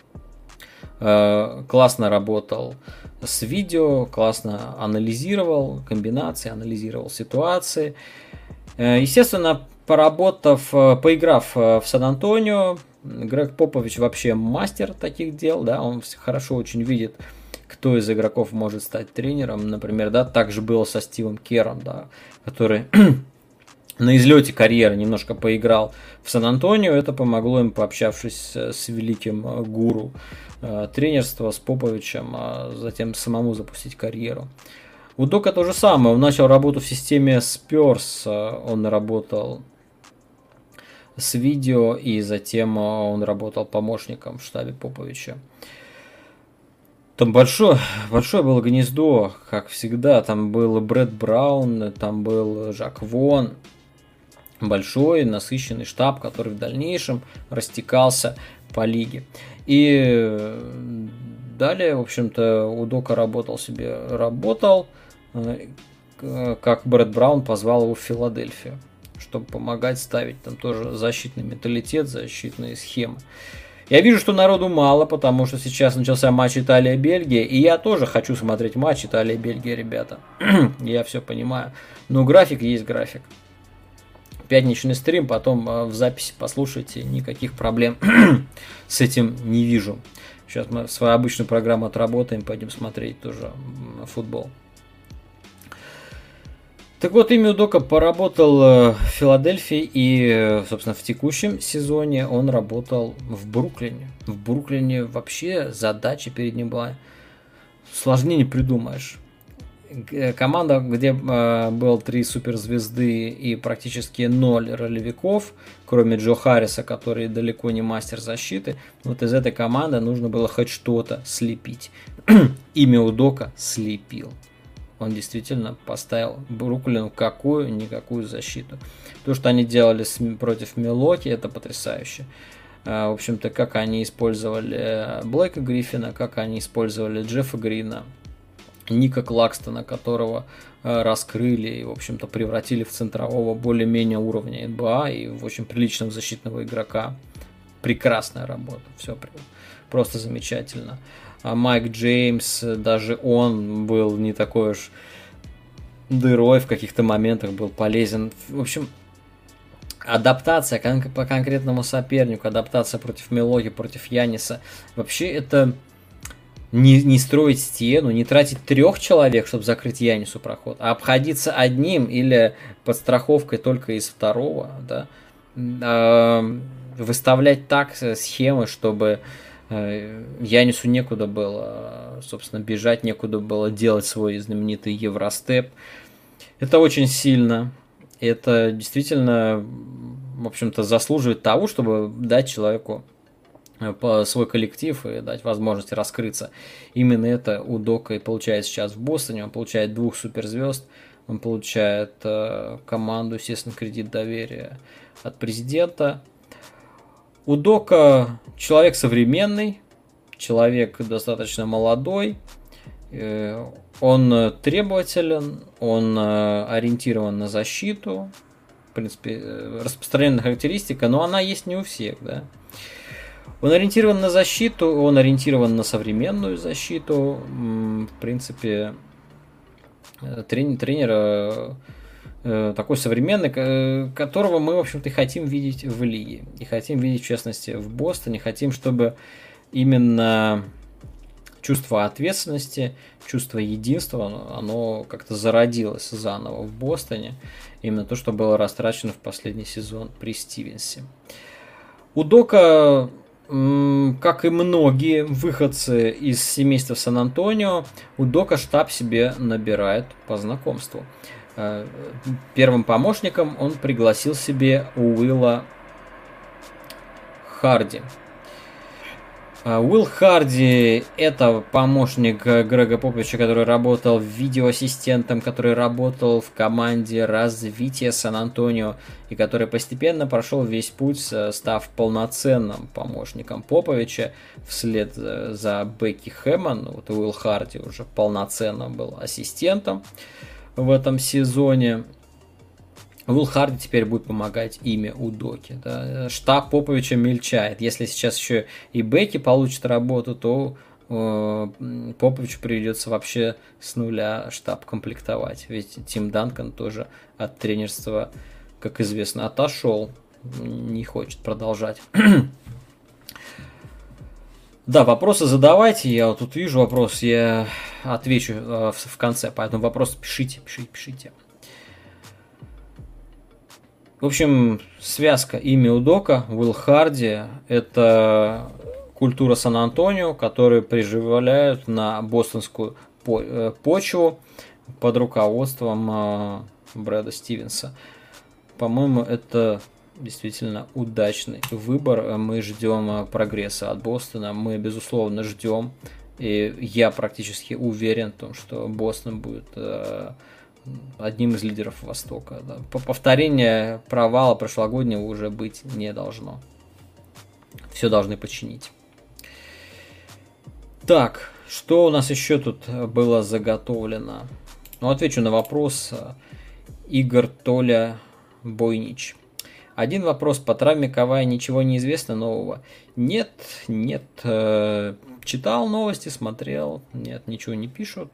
классно работал с видео, классно анализировал комбинации, анализировал ситуации. Естественно, поиграв в Сан-Антонио, Грег Попович вообще мастер таких дел, да, он хорошо очень видит, кто из игроков может стать тренером, например, да, так же было со Стивом Кером, да, который на излете карьеры немножко поиграл в Сан-Антонио, это помогло им, пообщавшись с великим гуру тренерства, с Поповичем, а затем самому запустить карьеру. Удока то же самое, он начал работу в системе Spurs, он работал с видео, и затем он работал помощником в штабе Поповича. Там большое было гнездо, как всегда, там был Брэд Браун, там был Жак Вон, большой насыщенный штаб, который в дальнейшем растекался по лиге. И далее, в общем-то, Удока работал, как Брэд Браун позвал его в Филадельфию, чтобы помогать ставить там тоже защитный менталитет, защитные схемы. Я вижу, что народу мало, потому что сейчас начался матч Италия-Бельгия, и я тоже хочу смотреть матч Италия-Бельгия, ребята. Я все понимаю. Но график есть график. Пятничный стрим, потом в записи послушайте, никаких проблем с этим не вижу. Сейчас мы свою обычную программу отработаем, пойдем смотреть тоже футбол. Так вот, Ими Удока поработал в Филадельфии, и, собственно, в текущем сезоне он работал в Бруклине. В Бруклине вообще задача перед ним была сложнее не придумаешь. Команда, где было 3 суперзвезды и практически 0 ролевиков, кроме Джо Харриса, который далеко не мастер защиты, вот из этой команды нужно было хоть что-то слепить. Ими Удока слепил. Он действительно поставил Бруклину какую-никакую защиту. То, что они делали против Милоки, это потрясающе. В общем-то, как они использовали Блейка Гриффина, как они использовали Джеффа Грина, Ника Клакстона, которого раскрыли и, в общем-то, превратили в центрового более-менее уровня НБА и в очень приличного защитного игрока. Прекрасная работа. Все просто замечательно. А Майк Джеймс, даже он был не такой уж дырой, в каких-то моментах был полезен. В общем, адаптация по конкретному сопернику, адаптация против Милоки, против Яниса. Вообще это не строить стену, не тратить 3 человек, чтобы закрыть Янису проход, а обходиться одним или подстраховкой только из второго. Да? Выставлять так схемы, чтобы Янису некуда было, собственно, бежать, некуда было делать свой знаменитый Евростеп. Это очень сильно. Это действительно, в общем-то, заслуживает того, чтобы дать человеку свой коллектив и дать возможность раскрыться. Именно это Удока и получает сейчас в Бостоне. Он получает 2 суперзвезд, он получает команду, естественно, кредит доверия от президента. Удока человек современный, человек достаточно молодой, он требователен, он ориентирован на защиту, в принципе, распространенная характеристика, но она есть не у всех, да. Он ориентирован на защиту, он ориентирован на современную защиту, в принципе, тренер такой современный, которого мы, в общем-то, и хотим видеть в лиге. И хотим видеть, в частности, в Бостоне. Хотим, чтобы именно чувство ответственности, чувство единства, оно как-то зародилось заново в Бостоне. Именно то, что было растрачено в последний сезон при Стивенсе. Удока, как и многие выходцы из семейства Сан-Антонио, Удока штаб себе набирает по знакомству. Первым помощником он пригласил себе Уилла Харди. Уилл Харди – это помощник Грега Поповича, который работал видеоассистентом, который работал в команде развития Сан-Антонио и который постепенно прошел весь путь, став полноценным помощником Поповича вслед за Бекки Хэммон. Вот Уилл Харди уже полноценно был ассистентом. в этом сезоне. Уилл Харди теперь будет помогать ими Удоке. Да. Штаб Поповича мельчает. Если сейчас еще и Бекки получит работу, то Поповичу придется вообще с нуля штаб комплектовать. Ведь Тим Данкан тоже от тренерства, как известно, отошел. Не хочет продолжать. Да, вопросы задавайте. Я вот тут вижу вопрос, я отвечу в конце. Поэтому вопросы пишите. В общем, связка имя Удока, Уилл Харди – это культура Сан-Антонио, которые приживляют на бостонскую почву под руководством Брэда Стивенса. По-моему, это действительно удачный выбор. Мы ждем прогресса от Бостона. Мы, безусловно, ждем. И я практически уверен в том, что Бостон будет одним из лидеров Востока. Да. Повторение провала прошлогоднего уже быть не должно. Все должны починить. Так, что у нас еще тут было заготовлено? Ну, отвечу на вопрос. Игорь Толя Бойнич. Один вопрос. По травме Кавая ничего не известно нового? Нет. Читал новости, смотрел. Нет, ничего не пишут.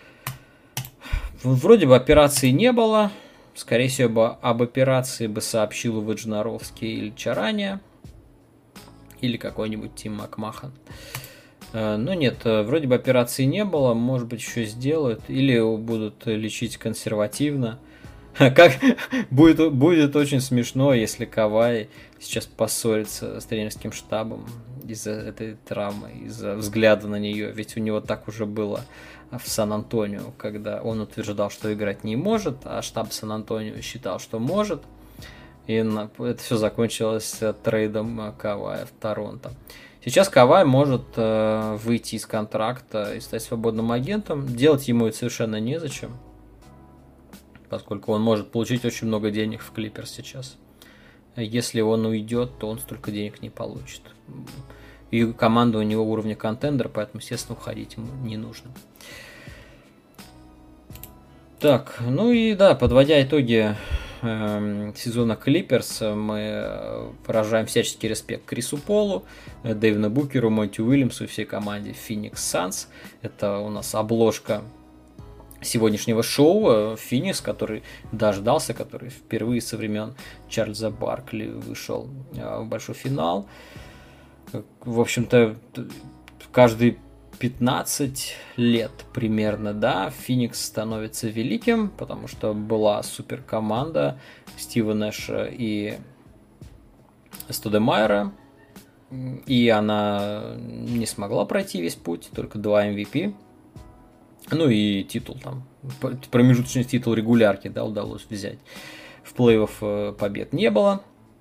Вроде бы операции не было. Скорее всего, об операции бы сообщил Ваджнаровский или Чаранья. Или какой-нибудь Тим Макмахан. Но нет, вроде бы операции не было. Может быть, еще сделают. Или будут лечить консервативно. Как будет очень смешно, если Кавай сейчас поссорится с тренерским штабом из-за этой травмы, из-за взгляда на нее. Ведь у него так уже было в Сан-Антонио, когда он утверждал, что играть не может, а штаб Сан-Антонио считал, что может. И это все закончилось трейдом Кавая в Торонто. Сейчас Кавай может выйти из контракта и стать свободным агентом. Делать ему это совершенно незачем, поскольку он может получить очень много денег в Клиперс сейчас. Если он уйдет, то он столько денег не получит. И команда у него уровня контендера, поэтому, естественно, уходить ему не нужно. Так, ну и да, подводя итоги сезона Клиперс, мы выражаем всяческий респект Крису Полу, Дэвину Букеру, Монти Уильямсу и всей команде Phoenix Suns. Это у нас обложка сегодняшнего шоу. Феникс, который дождался, который впервые со времен Чарльза Баркли вышел в большой финал. В общем-то, каждые 15 лет примерно, да, Феникс становится великим, потому что была суперкоманда Стива Нэша и Студемайера, и она не смогла пройти весь путь, только 2 MVP. Ну и титул там, промежуточный титул регулярки, да, удалось взять. В плей-офф побед не было.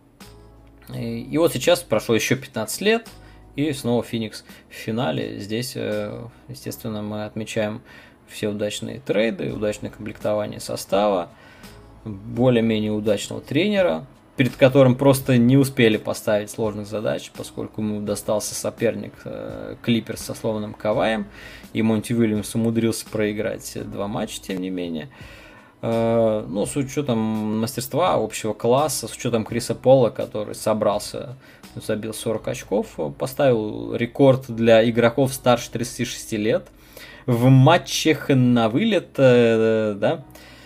И вот сейчас прошло еще 15 лет, и снова Феникс в финале. Здесь, естественно, мы отмечаем все удачные трейды, удачное комплектование состава, более-менее удачного тренера, перед которым просто не успели поставить сложных задач, поскольку ему достался соперник Клиперс со сломанным Каваем, и Монти Уильямс умудрился проиграть 2 матча, тем не менее. Ну, с учетом мастерства, общего класса, с учетом Криса Пола, который собрался, забил 40 очков, поставил рекорд для игроков старше 36 лет в матчах на вылет, да,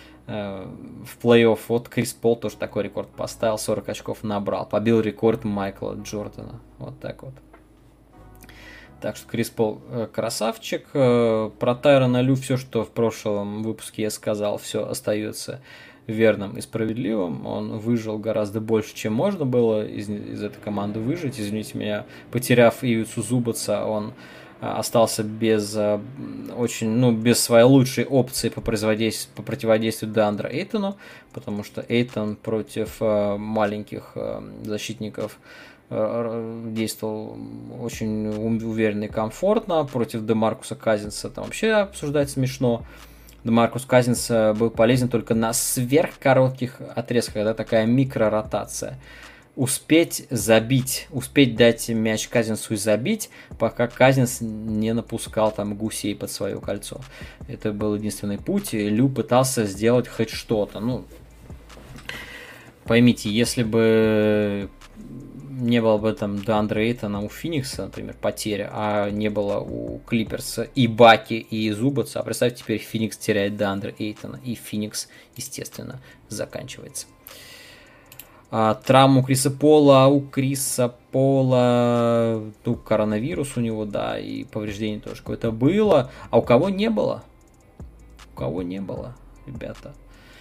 в плей-офф. Вот Крис Пол тоже такой рекорд поставил, 40 очков набрал, побил рекорд Майкла Джордана, вот так вот. Так что Крис Пол красавчик. Про Тайрона Лю все, что в прошлом выпуске я сказал, все остается верным и справедливым. Он выжил гораздо больше, чем можно было из этой команды выжить. Извините меня, потеряв Ивицу Зубаца, он остался без без своей лучшей опции по противодействию Деандре Эйтону, потому что Эйтон против маленьких защитников действовал очень уверенно и комфортно. Против Демаркуса Казинса там вообще обсуждать смешно. Демаркус Казинс был полезен только на сверхкоротких отрезках, когда такая микроротация. успеть забить, успеть дать мяч Казинцу и забить, пока Казинц не напускал там гусей под свое кольцо. Это был единственный путь. Лю пытался сделать хоть что-то. Ну, поймите, если бы не было бы там Деандре Эйтона у Феникса, например, потеря, а не было у Клиперса и Баки, и Зубаца, а представьте, теперь Феникс теряет Деандре Эйтона, и Феникс, естественно, заканчивается. Травму Криса Пола, у Криса Пола, ну, коронавирус у него, да, и повреждение тоже какое-то было, а у кого не было? У кого не было, ребята?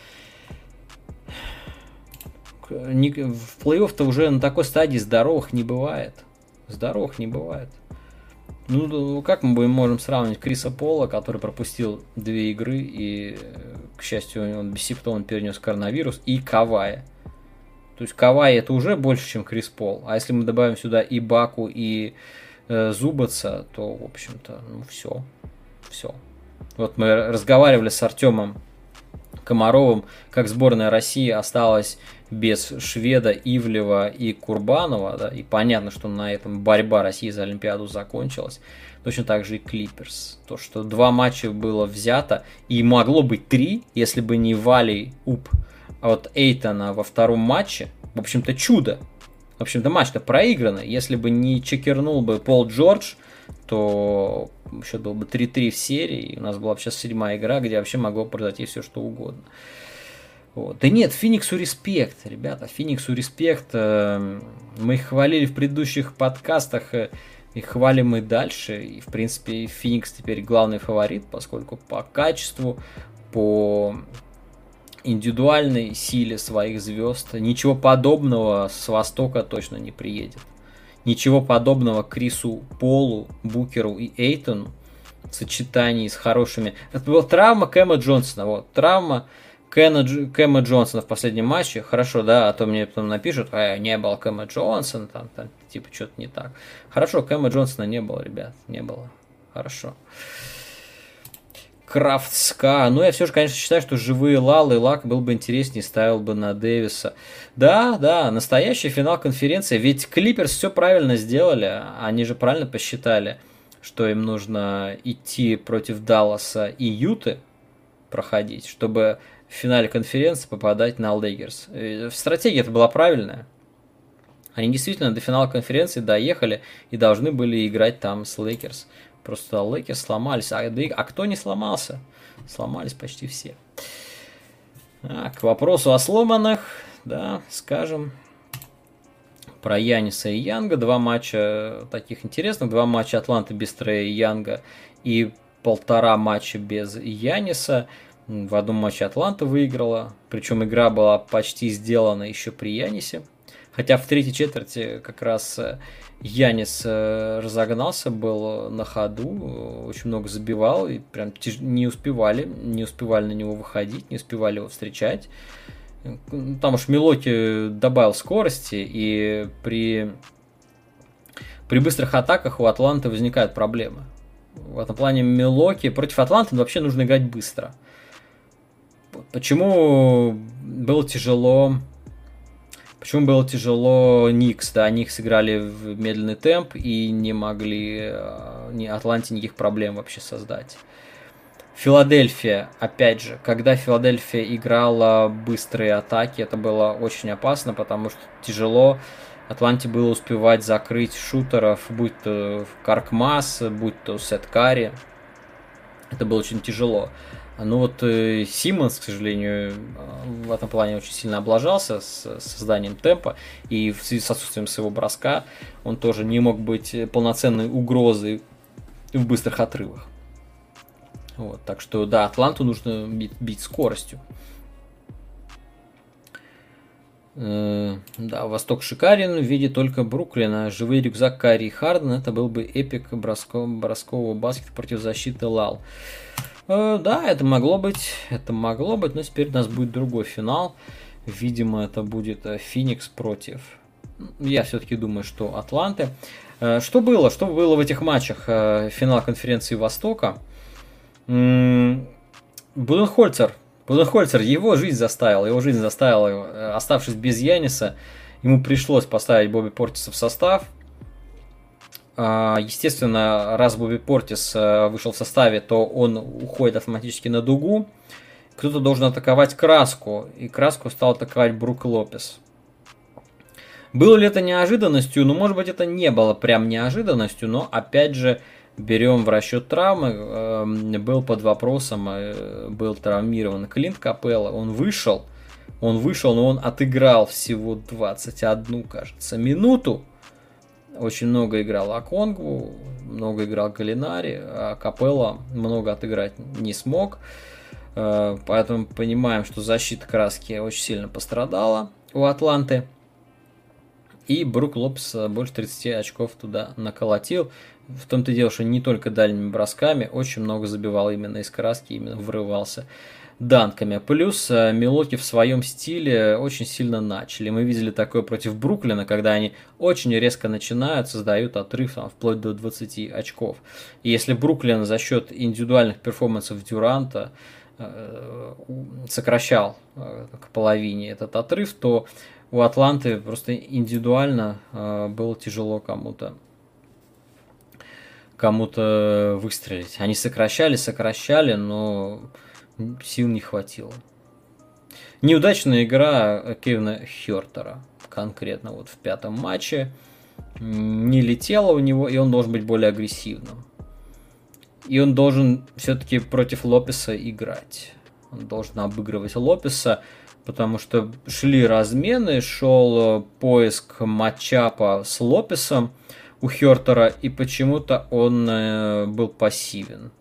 В плей-офф-то уже на такой стадии здоровых не бывает. Здоровых не бывает. Ну, как мы можем сравнить Криса Пола, который пропустил 2 игры, и, к счастью, он бессимптомно перенес коронавирус, и Кавая. То есть Кавай это уже больше, чем Крис Пол. А если мы добавим сюда и Баку, и Зубаца, то, в общем-то, ну, все. Все. Вот мы разговаривали с Артемом Комаровым, как сборная России осталась без Шведа, Ивлева и Курбанова, да, и понятно, что на этом борьба России за Олимпиаду закончилась. Точно так же и Клиперс. То, что 2 матча было взято, и могло быть 3, если бы не Валий Уп от Эйтона во втором матче. В общем-то, чудо. В общем-то, матч-то проигранный. Если бы не чекернул бы Пол Джордж, то счет был бы 3-3 в серии. И у нас была сейчас 7-я игра, где вообще могло произойти все, что угодно. Вот. Да нет, Фениксу респект, ребята. Фениксу респект. Мы их хвалили в предыдущих подкастах. И хвалим и дальше. И, в принципе, Феникс теперь главный фаворит, поскольку по качеству, по индивидуальной силе своих звезд ничего подобного с Востока точно не приедет. Ничего подобного Крису Полу, Букеру и Эйтону в сочетании с хорошими... Это была травма Кэма Джонсона. Вот, травма Кэма Джонсона в последнем матче. Хорошо, да, а то мне потом напишут, не было Кэма Джонсона, там типа что-то не так. Хорошо, Кэма Джонсона не было, ребят, не было. Хорошо. Крафтска. Ну, я все же, конечно, считаю, что живые Лал и Лак был бы интереснее, ставил бы на Дэвиса. Да, настоящий финал конференции. Ведь Клиперс все правильно сделали. Они же правильно посчитали, что им нужно идти против Далласа и Юты проходить, чтобы в финале конференции попадать на Лейкерс. Стратегия это была правильная. Они действительно до финала конференции доехали и должны были играть там с Лейкерс. Просто Лейкерс сломались. А кто не сломался? Сломались почти все. К вопросу о сломанных, да, скажем про Яниса и Янга. 2 матча таких интересных. 2 матча Атланты без Трея и Янга и 1,5 матча без Яниса. В одном матче Атланта выиграла. Причем игра была почти сделана еще при Янисе. Хотя в третьей четверти как раз Янис разогнался, был на ходу, очень много забивал, и прям не успевали на него выходить, не успевали его встречать. Там уж Милоки добавил скорости, и при быстрых атаках у Атланты возникают проблемы. В этом плане Милоки против Атланты вообще нужно играть быстро. Почему было тяжело Никс? Да, Никс играли в медленный темп и не могли Атланте никаких проблем вообще создать. Филадельфия, опять же, когда Филадельфия играла быстрые атаки, это было очень опасно, потому что тяжело Атланте было успевать закрыть шутеров, будь то Каркмас, будь то Сет Карри. Это было очень тяжело. Ну вот Симмонс, к сожалению, в этом плане очень сильно облажался с созданием темпа, и в связи с отсутствием своего броска он тоже не мог быть полноценной угрозой в быстрых отрывах. Вот, так что да, Атланту нужно бить скоростью. Да, Восток шикарен в виде только Бруклина. Живой рюкзак Карри и Харден, это был бы эпик броскового баскета против защиты Лал. Да, это могло быть, но теперь у нас будет другой финал. Видимо, это будет Феникс против... Я все-таки думаю, что Атланты. Что было в этих матчах финала конференции Востока? Буденхольцер, его жизнь заставила, оставшись без Яниса, ему пришлось поставить Бобби Портиса в состав. Естественно, раз Бобби Портис вышел в составе, то он уходит автоматически на дугу. Кто-то должен атаковать краску, и краску стал атаковать Брук Лопес. Было ли это неожиданностью? Ну, может быть, это не было прям неожиданностью, но, опять же, берем в расчет травмы. Был под вопросом, был травмирован Клинт Капелла. Он вышел, но он отыграл всего 21, кажется, минуту. Очень много играл Оконгву, много играл Галинари, а Капелла много отыграть не смог. Поэтому понимаем, что защита краски очень сильно пострадала у Атланты. И Брук Лопес больше 30 очков туда наколотил. В том-то и дело, что не только дальними бросками, очень много забивал именно из краски, именно врывался данками. Плюс Милоки в своем стиле очень сильно начали. Мы видели такое против Бруклина, когда они очень резко начинают, создают отрыв вплоть до 20 очков. И если Бруклин за счет индивидуальных перформансов Дюранта сокращал к половине этот отрыв, то у Атланты просто индивидуально было тяжело кому-то выстрелить. Они сокращали, но сил не хватило. Неудачная игра Кевина Хёртера, конкретно вот в пятом матче. Не летела у него, и он должен быть более агрессивным. И он должен все-таки против Лопеса играть. Он должен обыгрывать Лопеса, потому что шли размены, шел поиск матчапа с Лопесом у Хёртера, и почему-то он был пассивен.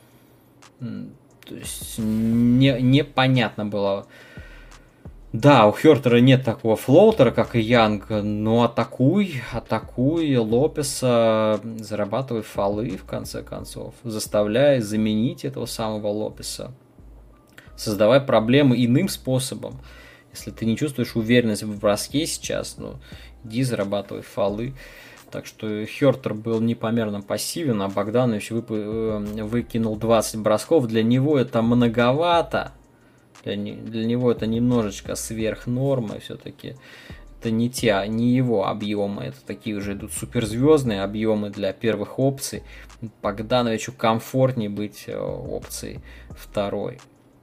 То есть непонятно было. Да, у Хёртера нет такого флоутера, как и Янг, но атакуй Лопеса, зарабатывай фолы, в конце концов, заставляй заменить этого самого Лопеса. Создавай проблемы иным способом. Если ты не чувствуешь уверенность в броске сейчас, ну, иди зарабатывай фолы. Так что Хёртер был непомерно пассивен, а Богданович выкинул 20 бросков. Для него это многовато. Для него это немножечко сверх нормы. Все-таки это не его объемы. Это такие уже идут суперзвездные объемы для первых опций. Богдановичу комфортнее быть опцией второй.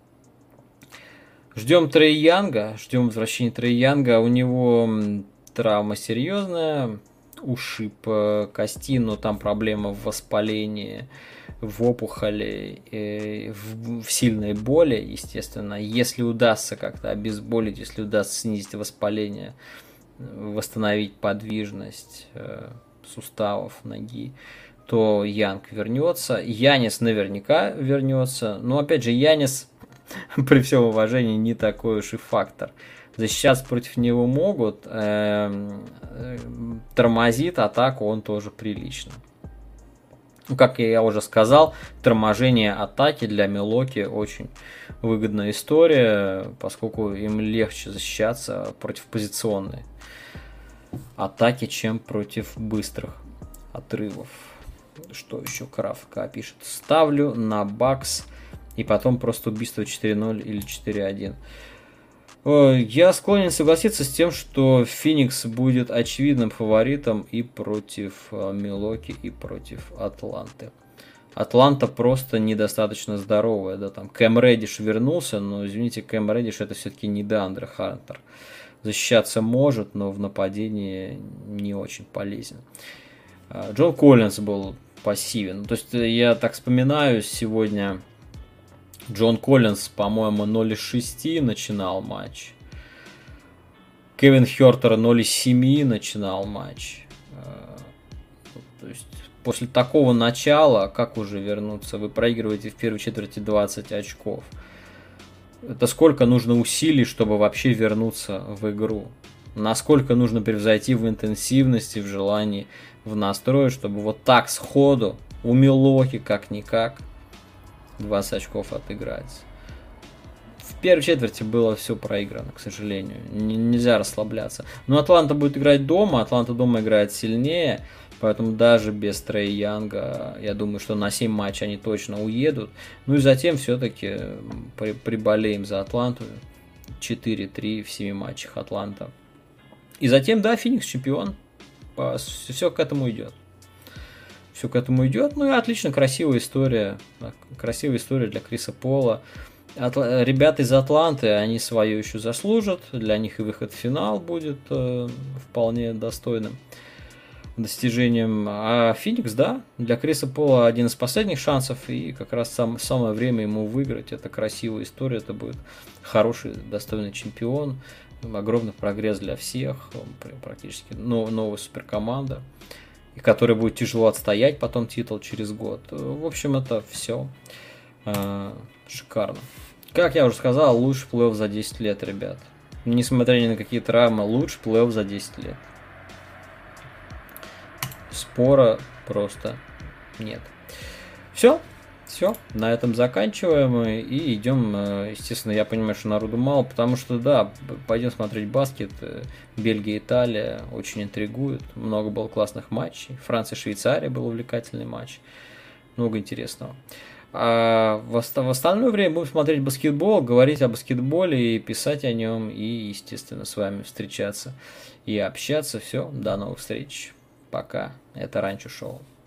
Ждем Трей Янга. Ждем возвращения Трей Янга. У него травма серьезная. Ушиб кости, но там проблема в воспалении, в опухоли, в сильной боли, естественно. Если удастся как-то обезболить, если удастся снизить воспаление, восстановить подвижность суставов ноги, то Янг вернется. Янис наверняка вернется. Но опять же, Янис, при всем уважении, не такой уж и фактор. Защищаться против него могут, тормозит атаку он тоже прилично. Ну, как я уже сказал, торможение атаки для Милоки очень выгодная история, поскольку им легче защищаться против позиционной атаки, чем против быстрых отрывов. Что еще Крафка пишет? Ставлю на Бакс и потом просто убийство 4-0 или 4-1. Я склонен согласиться с тем, что Феникс будет очевидным фаворитом и против Милоки, и против Атланты. Атланта просто недостаточно здоровая. Да, там Кэм Реддиш вернулся, но, извините, Кэм Реддиш это все-таки не Деандре Хантер. Защищаться может, но в нападении не очень полезен. Джон Коллинз был пассивен. То есть я так вспоминаю сегодня... Джон Коллинз, по-моему, 0 из 6 начинал матч. Кевин Хёртер 0 из 7 начинал матч. То есть после такого начала, как уже вернуться? Вы проигрываете в первой четверти 20 очков. Это сколько нужно усилий, чтобы вообще вернуться в игру? Насколько нужно превзойти в интенсивности, в желании, в настрое, чтобы вот так сходу у Милоки как-никак 20 очков отыграть. В первой четверти было все проиграно, к сожалению. Нельзя расслабляться. Но Атланта будет играть дома. Атланта дома играет сильнее. Поэтому даже без Трей Янга, я думаю, что на 7 матчей они точно уедут. Ну и затем все-таки приболеем за Атланту. 4-3 в 7 матчах Атланта И затем, да, Феникс чемпион. Все к этому идет. Все к этому идет. Ну и отлично, красивая история. Красивая история для Криса Пола. Ребята из Атланты, они свое еще заслужат. Для них и выход в финал будет вполне достойным достижением. А Феникс, да, для Криса Пола один из последних шансов. И как раз самое время ему выиграть. Это красивая история. Это будет хороший, достойный чемпион. Огромный прогресс для всех. Практически новая суперкоманда. И которой будет тяжело отстоять потом титул через год. В общем, это все шикарно. Как я уже сказал, лучший плей-офф за 10 лет, ребят. Несмотря ни на какие травмы, лучший плей-офф за 10 лет. Спора просто нет. Все, на этом заканчиваем и идем. Естественно, я понимаю, что народу мало, потому что, да, пойдем смотреть баскет. Бельгия, Италия очень интригует. Много было классных матчей. Франция, Швейцария был увлекательный матч. Много интересного. А в остальное время будем смотреть баскетбол, говорить о баскетболе и писать о нем. И, естественно, с вами встречаться и общаться. Все, до новых встреч. Пока. Это Ранчо Шоу.